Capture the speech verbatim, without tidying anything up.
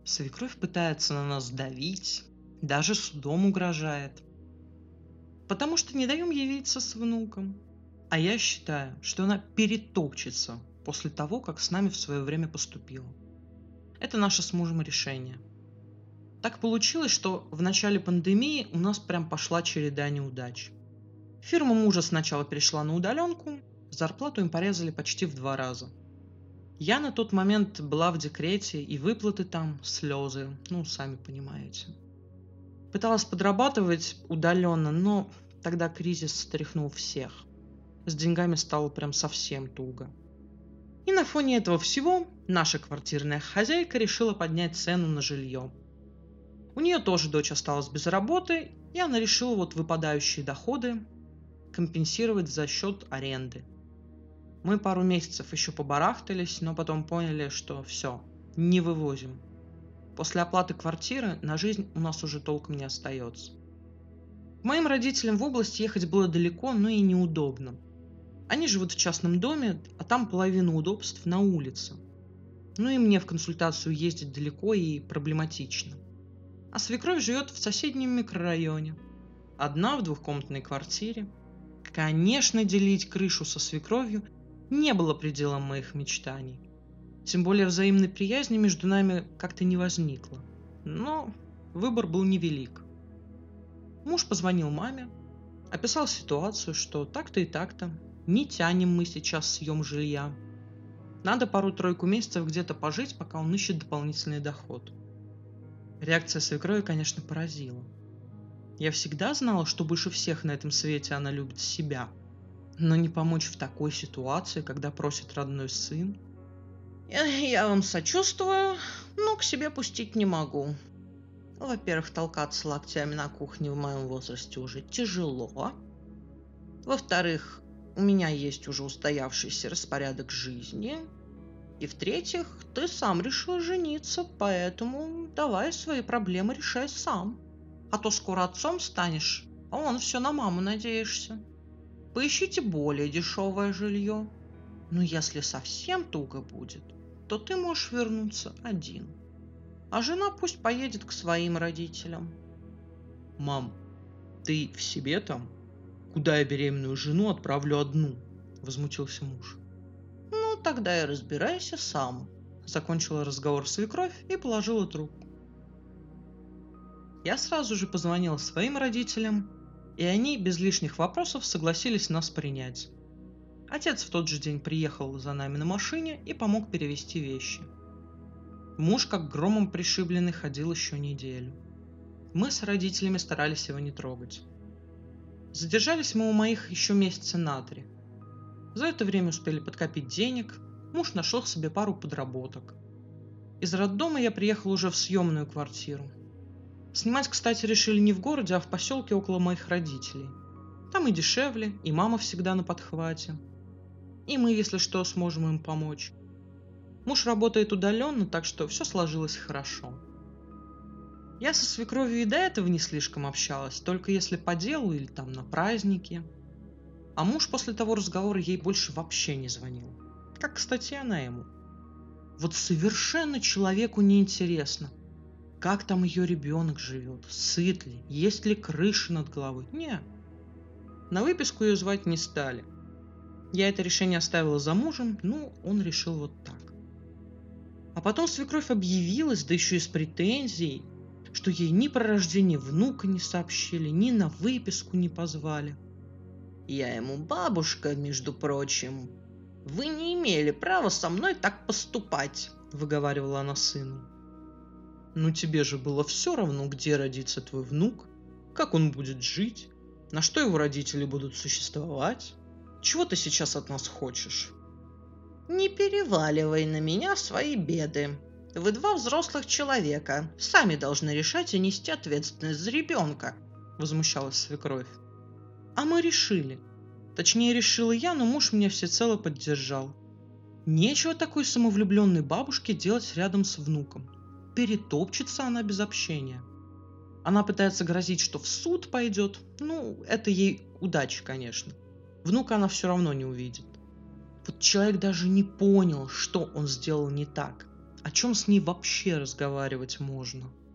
Свекровь пытается на нас давить, даже судом угрожает. Потому что не даем ей видеться с внуком. А я считаю, что она перетопчется после того, как с нами в свое время поступила. Это наше с мужем решение. Так получилось, что в начале пандемии у нас прям пошла череда неудач. Фирма мужа сначала перешла на удаленку, зарплату им порезали почти в два раза. Я на тот момент была в декрете, и выплаты там, слезы, ну, сами понимаете. Пыталась подрабатывать удаленно, но тогда кризис стряхнул всех. С деньгами стало прям совсем туго. И на фоне этого всего наша квартирная хозяйка решила поднять цену на жилье. У нее тоже дочь осталась без работы, и она решила вот выпадающие доходы компенсировать за счет аренды. Мы пару месяцев еще побарахтались, но потом поняли, что все, не вывозим. После оплаты квартиры на жизнь у нас уже толком не остается. К моим родителям в область ехать было далеко, но и неудобно. Они живут в частном доме, а там половина удобств на улице. Ну и мне в консультацию ездить далеко и проблематично. А свекровь живет в соседнем микрорайоне. Одна в двухкомнатной квартире. Конечно, делить крышу со свекровью не было пределом моих мечтаний. Тем более взаимной приязни между нами как-то не возникло. Но выбор был невелик. Муж позвонил маме, описал ситуацию, что так-то и так-то, не тянем мы сейчас съем жилья. Надо пару-тройку месяцев где-то пожить, пока он ищет дополнительный доход. Реакция свекрови, конечно, поразила. Я всегда знала, что больше всех на этом свете она любит себя. Но не помочь в такой ситуации, когда просит родной сын. Я, я вам сочувствую, но к себе пустить не могу. Во-первых, толкаться локтями на кухне в моем возрасте уже тяжело. Во-вторых, у меня есть уже устоявшийся распорядок жизни. И в-третьих, ты сам решил жениться, поэтому давай свои проблемы решай сам. А то скоро отцом станешь, а он все на маму надеешься. Поищите более дешевое жилье. Но если совсем туго будет, то ты можешь вернуться один. А жена пусть поедет к своим родителям. Мам, ты в себе там? Куда я беременную жену отправлю одну? Возмутился муж. Ну, тогда и разбирайся сам. Закончила разговор свекровь и положила трубку. Я сразу же позвонила своим родителям, и они без лишних вопросов согласились нас принять. Отец в тот же день приехал за нами на машине и помог перевезти вещи. Муж, как громом пришибленный, ходил еще неделю. Мы с родителями старались его не трогать. Задержались мы у моих еще месяца на три. За это время успели подкопить денег, муж нашел себе пару подработок. Из роддома я приехал уже в съемную квартиру. Снимать, кстати, решили не в городе, а в поселке около моих родителей. Там и дешевле, и мама всегда на подхвате. И мы, если что, сможем им помочь. Муж работает удаленно, так что все сложилось хорошо. Я со свекровью и до этого не слишком общалась, только если по делу или там на празднике. А муж после того разговора ей больше вообще не звонил. Как, кстати, и она ему. Вот совершенно человеку неинтересно, как там ее ребенок живет, сыт ли, есть ли крыша над головой. Не. На выписку ее звать не стали. Я это решение оставила за мужем, ну, он решил вот так. А потом свекровь объявилась, да еще и с претензией, что ей ни про рождение внука не сообщили, ни на выписку не позвали. Я ему бабушка, между прочим. Вы не имели права со мной так поступать, выговаривала она сыну. Ну тебе же было все равно, где родится твой внук, как он будет жить, на что его родители будут существовать. Чего ты сейчас от нас хочешь? Не переваливай на меня свои беды. Вы два взрослых человека, сами должны решать и нести ответственность за ребенка, возмущалась свекровь. А мы решили. Точнее, решила я, но муж меня всецело поддержал. Нечего такой самовлюбленной бабушке делать рядом с внуком. Перетопчется она без общения. Она пытается грозить, что в суд пойдет. Ну, это ей удачи, конечно. Внука она все равно не увидит. Вот человек даже не понял, что он сделал не так. о чем с ней вообще разговаривать можно?